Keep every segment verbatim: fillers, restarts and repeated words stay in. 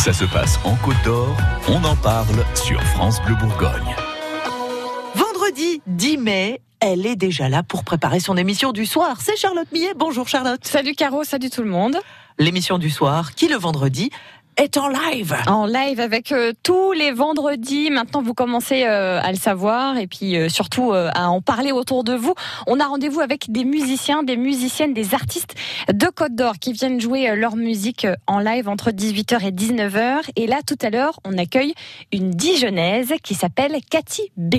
Ça se passe en Côte d'Or, on en parle sur France Bleu Bourgogne. Vendredi dix mai, elle est déjà là pour préparer son émission du soir. C'est Charlotte Millet. Bonjour Charlotte. Salut Caro, salut tout le monde. L'émission du soir qui le vendredi est en live. En live avec euh, tous les vendredis. Maintenant, vous commencez euh, à le savoir et puis euh, surtout euh, à en parler autour de vous. On a rendez-vous avec des musiciens, des musiciennes, des artistes de Côte d'Or qui viennent jouer euh, leur musique euh, en live entre dix-huit heures et dix-neuf heures. Et là, tout à l'heure, on accueille une Dijonnaise qui s'appelle Cathy B.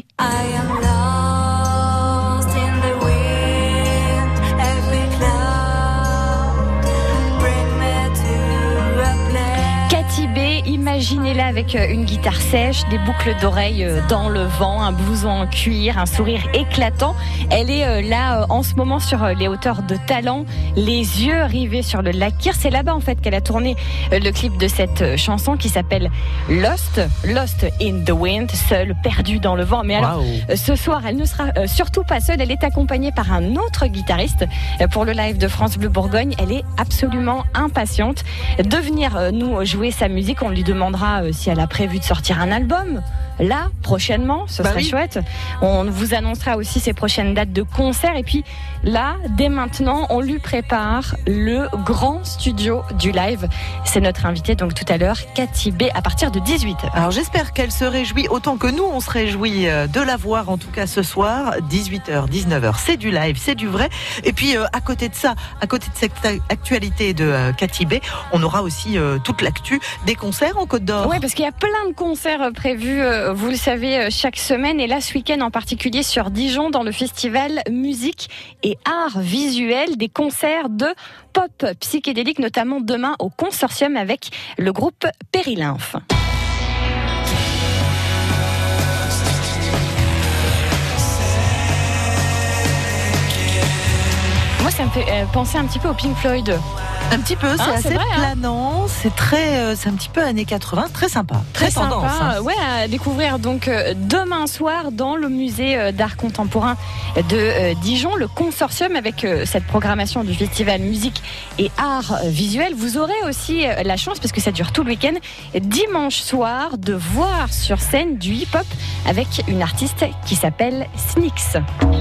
Imaginez-la avec une guitare sèche, des boucles d'oreilles dans le vent, un blouson en cuir, un sourire éclatant. Elle est là en ce moment sur les hauteurs de Talent, les yeux rivés sur le lac Kyr. C'est là-bas en fait qu'elle a tourné le clip de cette chanson qui s'appelle Lost, Lost in the Wind, seule, perdue dans le vent. Mais alors, wow. Ce soir, elle ne sera surtout pas seule. Elle est accompagnée par un autre guitariste pour le live de France Bleu Bourgogne. Elle est absolument impatiente de venir nous jouer sa musique. On lui demandera euh, si elle a prévu de sortir un album. Là, prochainement, ce bah serait oui. chouette. On vous annoncera aussi ses prochaines dates de concert. Et puis là, dès maintenant, on lui prépare le grand studio du live. C'est notre invitée, donc tout à l'heure, Cathy B, à partir de dix-huit heures. Alors j'espère qu'elle se réjouit autant que nous, on se réjouit de la voir, en tout cas ce soir, dix-huit heures, dix-neuf heures. C'est du live, c'est du vrai. Et puis euh, à côté de ça, à côté de cette actualité de euh, Cathy B, on aura aussi euh, toute l'actu des concerts en Côte d'Or. Oui, parce qu'il y a plein de concerts prévus, euh, vous le savez, chaque semaine. Et là, ce week-end en particulier sur Dijon, dans le festival Musique et Arts Visuels, des concerts de pop psychédélique, notamment demain au Consortium avec le groupe Périlymphe. Moi, ça me fait euh, penser un petit peu au Pink Floyd. Un petit peu, c'est hein, assez c'est vrai, planant, hein. c'est très, euh, c'est un petit peu années quatre-vingts, très sympa, très, très tendance. Sympa, hein. Ouais, à découvrir donc euh, demain soir dans le musée euh, d'art contemporain de euh, Dijon, le Consortium avec euh, cette programmation du festival musique et art visuel. Vous aurez aussi euh, la chance, parce que ça dure tout le week-end, dimanche soir, de voir sur scène du hip-hop avec une artiste qui s'appelle Snix.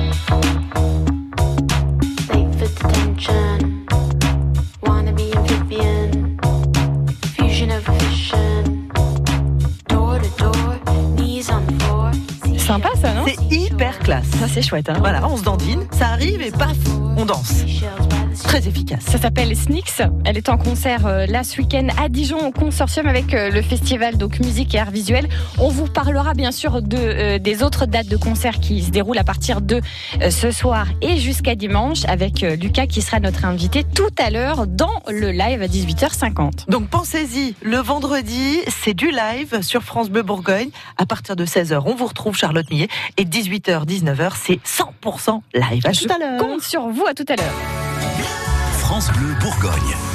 Sympa ça, non ? C'est hyper classe. Ça c'est chouette. Hein, voilà, on se dandine, ça arrive et paf, on danse. Très efficace. Ça s'appelle Snix. Elle est en concert euh, là ce week-end à Dijon au Consortium avec euh, le festival donc musique et art visuel. On vous parlera bien sûr de euh, des autres dates de concerts qui se déroulent à partir de euh, ce soir et jusqu'à dimanche avec euh, Lucas qui sera notre invité tout à l'heure dans le live à dix-huit heures cinquante. Donc pensez-y, le vendredi, c'est du live sur France Bleu Bourgogne à partir de seize heures. On vous retrouve Charlotte Millet et dix-huit heures dix-neuf heures, c'est cent pour cent live. À Je tout à l'heure. compte sur vous, à tout à l'heure. France Bleu Bourgogne.